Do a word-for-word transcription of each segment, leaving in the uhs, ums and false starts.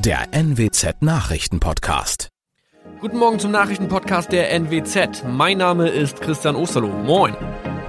der N W Z-Nachrichten-Podcast. Guten Morgen zum Nachrichtenpodcast der N W Z. Mein Name ist Christian Osterloh. Moin.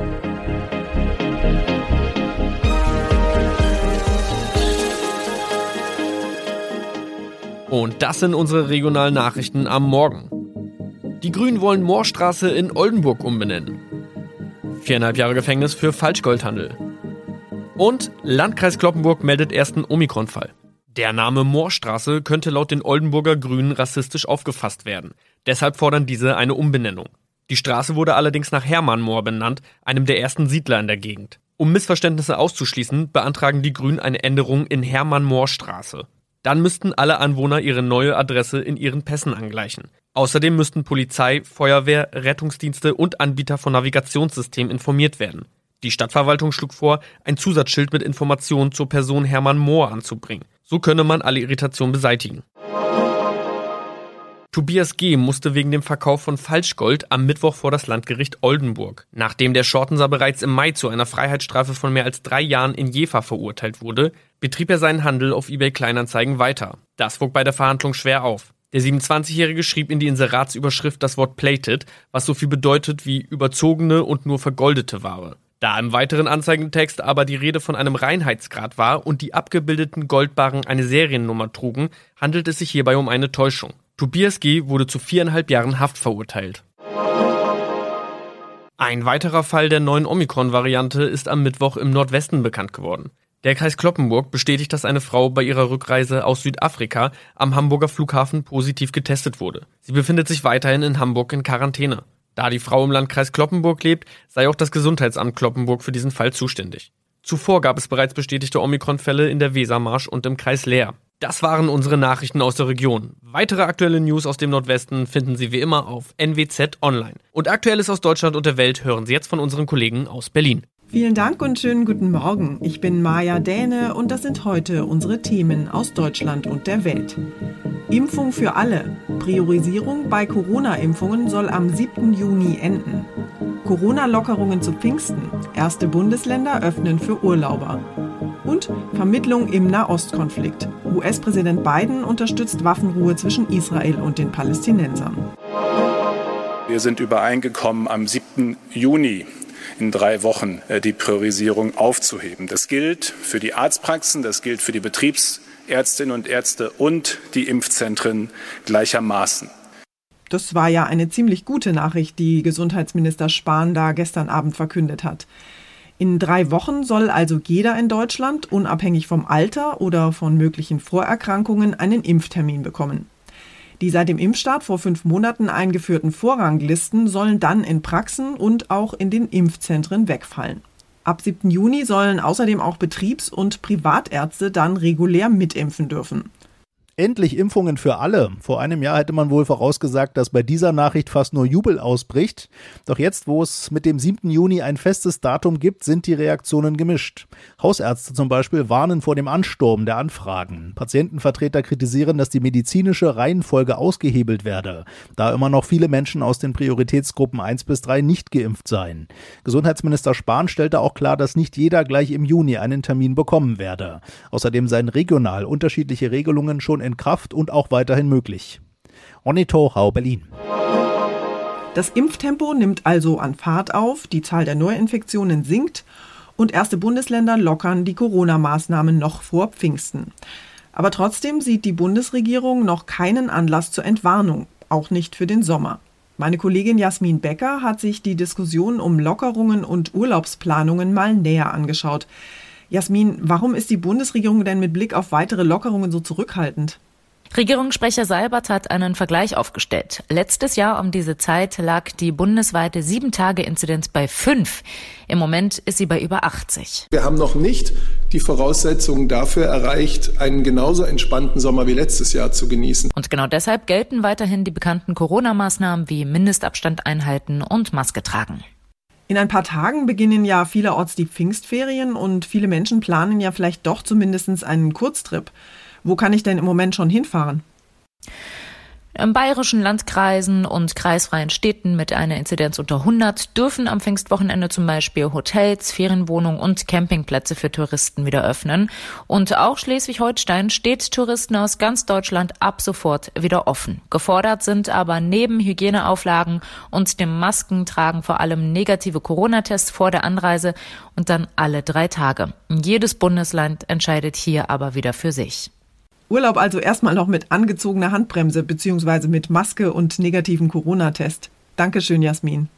Und das sind unsere regionalen Nachrichten am Morgen. Die Grünen wollen Moorstraße in Oldenburg umbenennen. Viereinhalb Jahre Gefängnis für Falschgoldhandel. Und Landkreis Cloppenburg meldet ersten Omikron-Fall. Der Name Moorstraße könnte laut den Oldenburger Grünen rassistisch aufgefasst werden. Deshalb fordern diese eine Umbenennung. Die Straße wurde allerdings nach Hermann Mohr benannt, einem der ersten Siedler in der Gegend. Um Missverständnisse auszuschließen, beantragen die Grünen eine Änderung in Hermann-Mohr-Straße. Dann müssten alle Anwohner ihre neue Adresse in ihren Pässen angleichen. Außerdem müssten Polizei, Feuerwehr, Rettungsdienste und Anbieter von Navigationssystemen informiert werden. Die Stadtverwaltung schlug vor, ein Zusatzschild mit Informationen zur Person Hermann Mohr anzubringen. So könne man alle Irritationen beseitigen. Tobias G. musste wegen dem Verkauf von Falschgold am Mittwoch vor das Landgericht Oldenburg. Nachdem der Schortenser bereits im Mai zu einer Freiheitsstrafe von mehr als drei Jahren in Jever verurteilt wurde, betrieb er seinen Handel auf eBay Kleinanzeigen weiter. Das wog bei der Verhandlung schwer auf. Der siebenundzwanzigjährige schrieb in die Inseratsüberschrift das Wort plated, was so viel bedeutet wie überzogene und nur vergoldete Ware. Da im weiteren Anzeigentext aber die Rede von einem Reinheitsgrad war und die abgebildeten Goldbarren eine Seriennummer trugen, handelt es sich hierbei um eine Täuschung. Tobias G. wurde zu viereinhalb Jahren Haft verurteilt. Ein weiterer Fall der neuen Omikron-Variante ist am Mittwoch im Nordwesten bekannt geworden. Der Kreis Cloppenburg bestätigt, dass eine Frau bei ihrer Rückreise aus Südafrika am Hamburger Flughafen positiv getestet wurde. Sie befindet sich weiterhin in Hamburg in Quarantäne. Da die Frau im Landkreis Cloppenburg lebt, sei auch das Gesundheitsamt Cloppenburg für diesen Fall zuständig. Zuvor gab es bereits bestätigte Omikron-Fälle in der Wesermarsch und im Kreis Leer. Das waren unsere Nachrichten aus der Region. Weitere aktuelle News aus dem Nordwesten finden Sie wie immer auf N W Z Online. Und Aktuelles aus Deutschland und der Welt hören Sie jetzt von unseren Kollegen aus Berlin. Vielen Dank und schönen guten Morgen. Ich bin Maja Däne und das sind heute unsere Themen aus Deutschland und der Welt. Impfung für alle. Priorisierung bei Corona-Impfungen soll am siebten Juni enden. Corona-Lockerungen zu Pfingsten. Erste Bundesländer öffnen für Urlauber. Und Vermittlung im Nahostkonflikt. U S-Präsident Biden unterstützt Waffenruhe zwischen Israel und den Palästinensern. Wir sind übereingekommen, am siebten Juni in drei Wochen die Priorisierung aufzuheben. Das gilt für die Arztpraxen, das gilt für die Betriebsärztinnen und Ärzte und die Impfzentren gleichermaßen. Das war ja eine ziemlich gute Nachricht, die Gesundheitsminister Spahn da gestern Abend verkündet hat. In drei Wochen soll also jeder in Deutschland, unabhängig vom Alter oder von möglichen Vorerkrankungen, einen Impftermin bekommen. Die seit dem Impfstart vor fünf Monaten eingeführten Vorranglisten sollen dann in Praxen und auch in den Impfzentren wegfallen. Ab siebten Juni sollen außerdem auch Betriebs- und Privatärzte dann regulär mitimpfen dürfen. Endlich Impfungen für alle. Vor einem Jahr hätte man wohl vorausgesagt, dass bei dieser Nachricht fast nur Jubel ausbricht. Doch jetzt, wo es mit dem siebten Juni ein festes Datum gibt, sind die Reaktionen gemischt. Hausärzte zum Beispiel warnen vor dem Ansturm der Anfragen. Patientenvertreter kritisieren, dass die medizinische Reihenfolge ausgehebelt werde, da immer noch viele Menschen aus den Prioritätsgruppen eins bis drei nicht geimpft seien. Gesundheitsminister Spahn stellte auch klar, dass nicht jeder gleich im Juni einen Termin bekommen werde. Außerdem seien regional unterschiedliche Regelungen schon in Kraft und auch weiterhin möglich. Onito Hau, Berlin. Das Impftempo nimmt also an Fahrt auf, die Zahl der Neuinfektionen sinkt und erste Bundesländer lockern die Corona-Maßnahmen noch vor Pfingsten. Aber trotzdem sieht die Bundesregierung noch keinen Anlass zur Entwarnung, auch nicht für den Sommer. Meine Kollegin Jasmin Becker hat sich die Diskussion um Lockerungen und Urlaubsplanungen mal näher angeschaut. Jasmin, warum ist die Bundesregierung denn mit Blick auf weitere Lockerungen so zurückhaltend? Regierungssprecher Seibert hat einen Vergleich aufgestellt. Letztes Jahr um diese Zeit lag die bundesweite sieben-Tage-Inzidenz bei fünf. Im Moment ist sie bei über achtzig. Wir haben noch nicht die Voraussetzungen dafür erreicht, einen genauso entspannten Sommer wie letztes Jahr zu genießen. Und genau deshalb gelten weiterhin die bekannten Corona-Maßnahmen wie Mindestabstand einhalten und Maske tragen. In ein paar Tagen beginnen ja vielerorts die Pfingstferien und viele Menschen planen ja vielleicht doch zumindest einen Kurztrip. Wo kann ich denn im Moment schon hinfahren? In bayerischen Landkreisen und kreisfreien Städten mit einer Inzidenz unter hundert dürfen am Pfingstwochenende zum Beispiel Hotels, Ferienwohnungen und Campingplätze für Touristen wieder öffnen. Und auch Schleswig-Holstein steht Touristen aus ganz Deutschland ab sofort wieder offen. Gefordert sind aber neben Hygieneauflagen und dem Maskentragen vor allem negative Corona-Tests vor der Anreise und dann alle drei Tage. Jedes Bundesland entscheidet hier aber wieder für sich. Urlaub also erstmal noch mit angezogener Handbremse bzw. mit Maske und negativen Corona-Test. Dankeschön, Jasmin.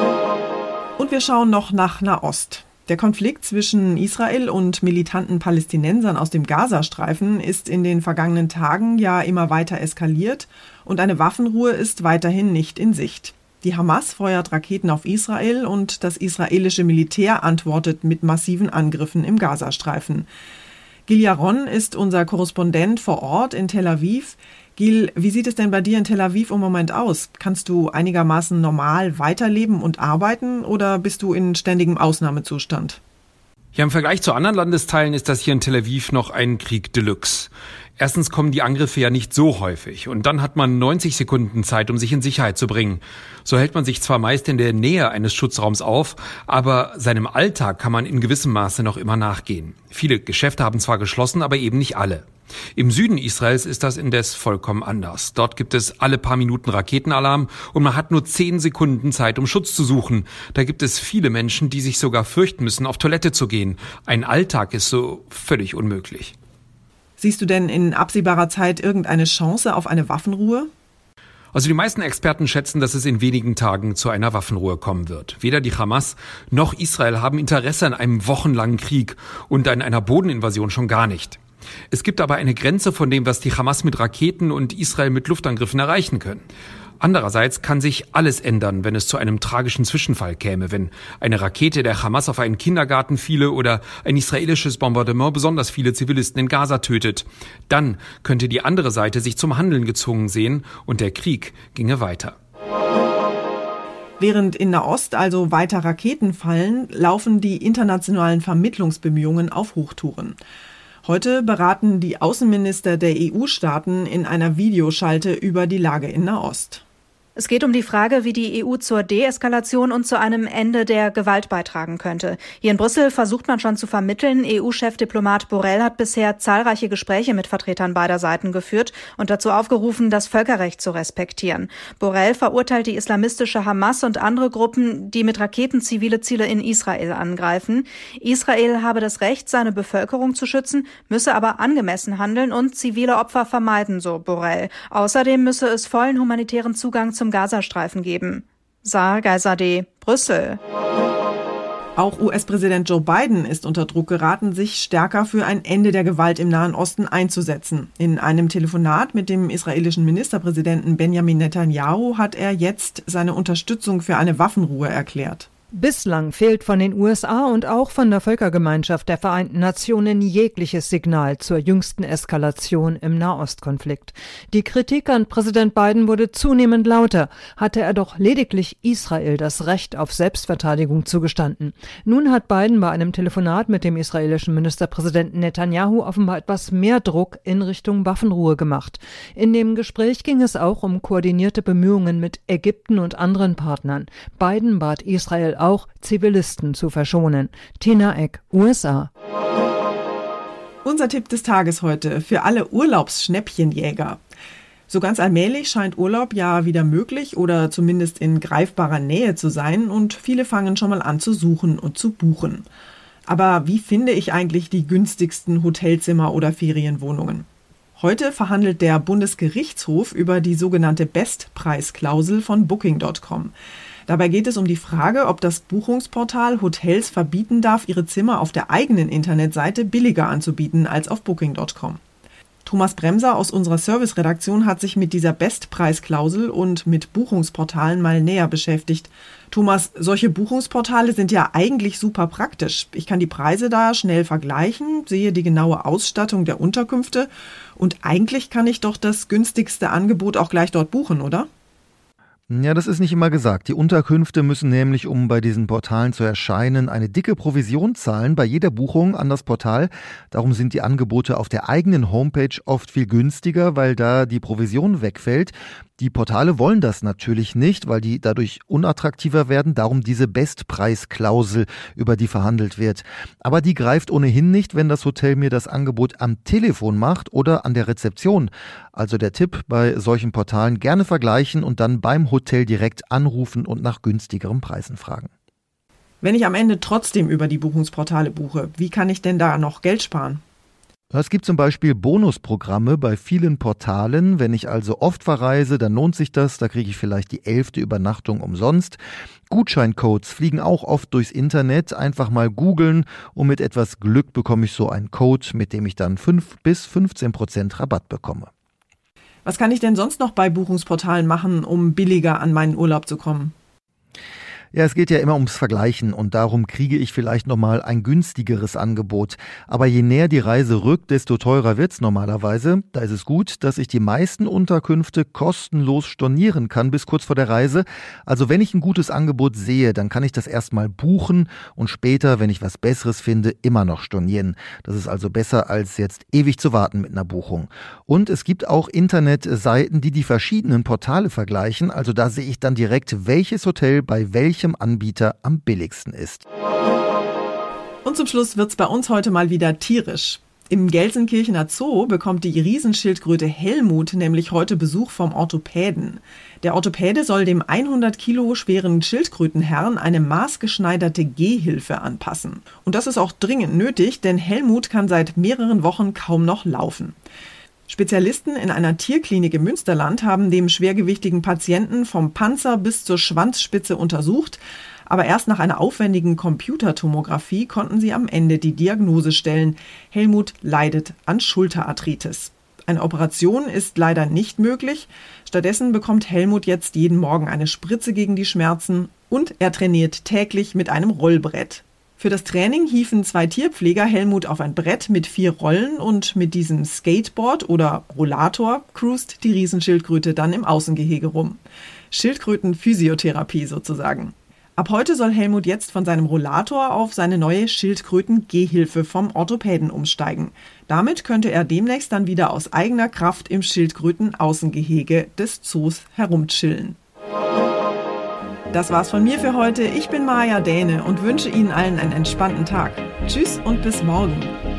Und wir schauen noch nach Nahost. Der Konflikt zwischen Israel und militanten Palästinensern aus dem Gazastreifen ist in den vergangenen Tagen ja immer weiter eskaliert und eine Waffenruhe ist weiterhin nicht in Sicht. Die Hamas feuert Raketen auf Israel und das israelische Militär antwortet mit massiven Angriffen im Gazastreifen. Gil Yaron ist unser Korrespondent vor Ort in Tel Aviv. Gil, wie sieht es denn bei dir in Tel Aviv im Moment aus? Kannst du einigermaßen normal weiterleben und arbeiten oder bist du in ständigem Ausnahmezustand? Ja, im Vergleich zu anderen Landesteilen ist das hier in Tel Aviv noch ein Krieg Deluxe. Erstens kommen die Angriffe ja nicht so häufig und dann hat man neunzig Sekunden Zeit, um sich in Sicherheit zu bringen. So hält man sich zwar meist in der Nähe eines Schutzraums auf, aber seinem Alltag kann man in gewissem Maße noch immer nachgehen. Viele Geschäfte haben zwar geschlossen, aber eben nicht alle. Im Süden Israels ist das indes vollkommen anders. Dort gibt es alle paar Minuten Raketenalarm und man hat nur zehn Sekunden Zeit, um Schutz zu suchen. Da gibt es viele Menschen, die sich sogar fürchten müssen, auf Toilette zu gehen. Ein Alltag ist so völlig unmöglich. Siehst du denn in absehbarer Zeit irgendeine Chance auf eine Waffenruhe? Also die meisten Experten schätzen, dass es in wenigen Tagen zu einer Waffenruhe kommen wird. Weder die Hamas noch Israel haben Interesse an einem wochenlangen Krieg und an einer Bodeninvasion schon gar nicht. Es gibt aber eine Grenze von dem, was die Hamas mit Raketen und Israel mit Luftangriffen erreichen können. Andererseits kann sich alles ändern, wenn es zu einem tragischen Zwischenfall käme, wenn eine Rakete der Hamas auf einen Kindergarten fiele oder ein israelisches Bombardement besonders viele Zivilisten in Gaza tötet. Dann könnte die andere Seite sich zum Handeln gezwungen sehen und der Krieg ginge weiter. Während in Nahost also weiter Raketen fallen, laufen die internationalen Vermittlungsbemühungen auf Hochtouren. Heute beraten die Außenminister der E U-Staaten in einer Videoschalte über die Lage in Nahost. Es geht um die Frage, wie die E U zur Deeskalation und zu einem Ende der Gewalt beitragen könnte. Hier in Brüssel versucht man schon zu vermitteln. E U-Chefdiplomat Borrell hat bisher zahlreiche Gespräche mit Vertretern beider Seiten geführt und dazu aufgerufen, das Völkerrecht zu respektieren. Borrell verurteilt die islamistische Hamas und andere Gruppen, die mit Raketen zivile Ziele in Israel angreifen. Israel habe das Recht, seine Bevölkerung zu schützen, müsse aber angemessen handeln und zivile Opfer vermeiden, so Borrell. Außerdem müsse es vollen humanitären Zugang zum Gazastreifen geben. Sahar Geisadeh, Brüssel. Auch U S-Präsident Joe Biden ist unter Druck geraten, sich stärker für ein Ende der Gewalt im Nahen Osten einzusetzen. In einem Telefonat mit dem israelischen Ministerpräsidenten Benjamin Netanyahu hat er jetzt seine Unterstützung für eine Waffenruhe erklärt. Bislang fehlt von den U S A und auch von der Völkergemeinschaft der Vereinten Nationen jegliches Signal zur jüngsten Eskalation im Nahostkonflikt. Die Kritik an Präsident Biden wurde zunehmend lauter, hatte er doch lediglich Israel das Recht auf Selbstverteidigung zugestanden. Nun hat Biden bei einem Telefonat mit dem israelischen Ministerpräsidenten Netanyahu offenbar etwas mehr Druck in Richtung Waffenruhe gemacht. In dem Gespräch ging es auch um koordinierte Bemühungen mit Ägypten und anderen Partnern. Biden bat Israel auch, Zivilisten zu verschonen. Tina Eck, U S A. Unser Tipp des Tages heute für alle Urlaubsschnäppchenjäger. So ganz allmählich scheint Urlaub ja wieder möglich oder zumindest in greifbarer Nähe zu sein und viele fangen schon mal an zu suchen und zu buchen. Aber wie finde ich eigentlich die günstigsten Hotelzimmer oder Ferienwohnungen? Heute verhandelt der Bundesgerichtshof über die sogenannte Bestpreisklausel von Booking Punkt com. Dabei geht es um die Frage, ob das Buchungsportal Hotels verbieten darf, ihre Zimmer auf der eigenen Internetseite billiger anzubieten als auf Booking Punkt com. Thomas Bremser aus unserer Serviceredaktion hat sich mit dieser Bestpreisklausel und mit Buchungsportalen mal näher beschäftigt. Thomas, solche Buchungsportale sind ja eigentlich super praktisch. Ich kann die Preise da schnell vergleichen, sehe die genaue Ausstattung der Unterkünfte und eigentlich kann ich doch das günstigste Angebot auch gleich dort buchen, oder? Ja, das ist nicht immer gesagt. Die Unterkünfte müssen nämlich, um bei diesen Portalen zu erscheinen, eine dicke Provision zahlen bei jeder Buchung an das Portal. Darum sind die Angebote auf der eigenen Homepage oft viel günstiger, weil da die Provision wegfällt. Die Portale wollen das natürlich nicht, weil die dadurch unattraktiver werden, darum diese Bestpreisklausel, über die verhandelt wird. Aber die greift ohnehin nicht, wenn das Hotel mir das Angebot am Telefon macht oder an der Rezeption. Also der Tipp bei solchen Portalen: gerne vergleichen und dann beim Hotel direkt anrufen und nach günstigeren Preisen fragen. Wenn ich am Ende trotzdem über die Buchungsportale buche, wie kann ich denn da noch Geld sparen? Es gibt zum Beispiel Bonusprogramme bei vielen Portalen. Wenn ich also oft verreise, dann lohnt sich das. Da kriege ich vielleicht die elfte Übernachtung umsonst. Gutscheincodes fliegen auch oft durchs Internet. Einfach mal googeln und mit etwas Glück bekomme ich so einen Code, mit dem ich dann fünf bis fünfzehn Prozent Rabatt bekomme. Was kann ich denn sonst noch bei Buchungsportalen machen, um billiger an meinen Urlaub zu kommen? Ja, es geht ja immer ums Vergleichen und darum kriege ich vielleicht nochmal ein günstigeres Angebot. Aber je näher die Reise rückt, desto teurer wird's normalerweise. Da ist es gut, dass ich die meisten Unterkünfte kostenlos stornieren kann bis kurz vor der Reise. Also wenn ich ein gutes Angebot sehe, dann kann ich das erstmal buchen und später, wenn ich was Besseres finde, immer noch stornieren. Das ist also besser, als jetzt ewig zu warten mit einer Buchung. Und es gibt auch Internetseiten, die die verschiedenen Portale vergleichen. Also da sehe ich dann direkt, welches Hotel bei welchem Anbieter am billigsten ist. Und zum Schluss wird's bei uns heute mal wieder tierisch. Im Gelsenkirchener Zoo bekommt die Riesenschildkröte Helmut nämlich heute Besuch vom Orthopäden. Der Orthopäde soll dem hundert Kilo schweren Schildkrötenherrn eine maßgeschneiderte Gehhilfe anpassen. Und das ist auch dringend nötig, denn Helmut kann seit mehreren Wochen kaum noch laufen. Spezialisten in einer Tierklinik im Münsterland haben dem schwergewichtigen Patienten vom Panzer bis zur Schwanzspitze untersucht, aber erst nach einer aufwendigen Computertomographie konnten sie am Ende die Diagnose stellen: Helmut leidet an Schulterarthritis. Eine Operation ist leider nicht möglich. Stattdessen bekommt Helmut jetzt jeden Morgen eine Spritze gegen die Schmerzen und er trainiert täglich mit einem Rollbrett. Für das Training hieven zwei Tierpfleger Helmut auf ein Brett mit vier Rollen und mit diesem Skateboard oder Rollator cruist die Riesenschildkröte dann im Außengehege rum. Schildkrötenphysiotherapie sozusagen. Ab heute soll Helmut jetzt von seinem Rollator auf seine neue Schildkröten-Gehhilfe vom Orthopäden umsteigen. Damit könnte er demnächst dann wieder aus eigener Kraft im Schildkröten-Außengehege des Zoos herumchillen. Das war's von mir für heute. Ich bin Maja Däne und wünsche Ihnen allen einen entspannten Tag. Tschüss und bis morgen.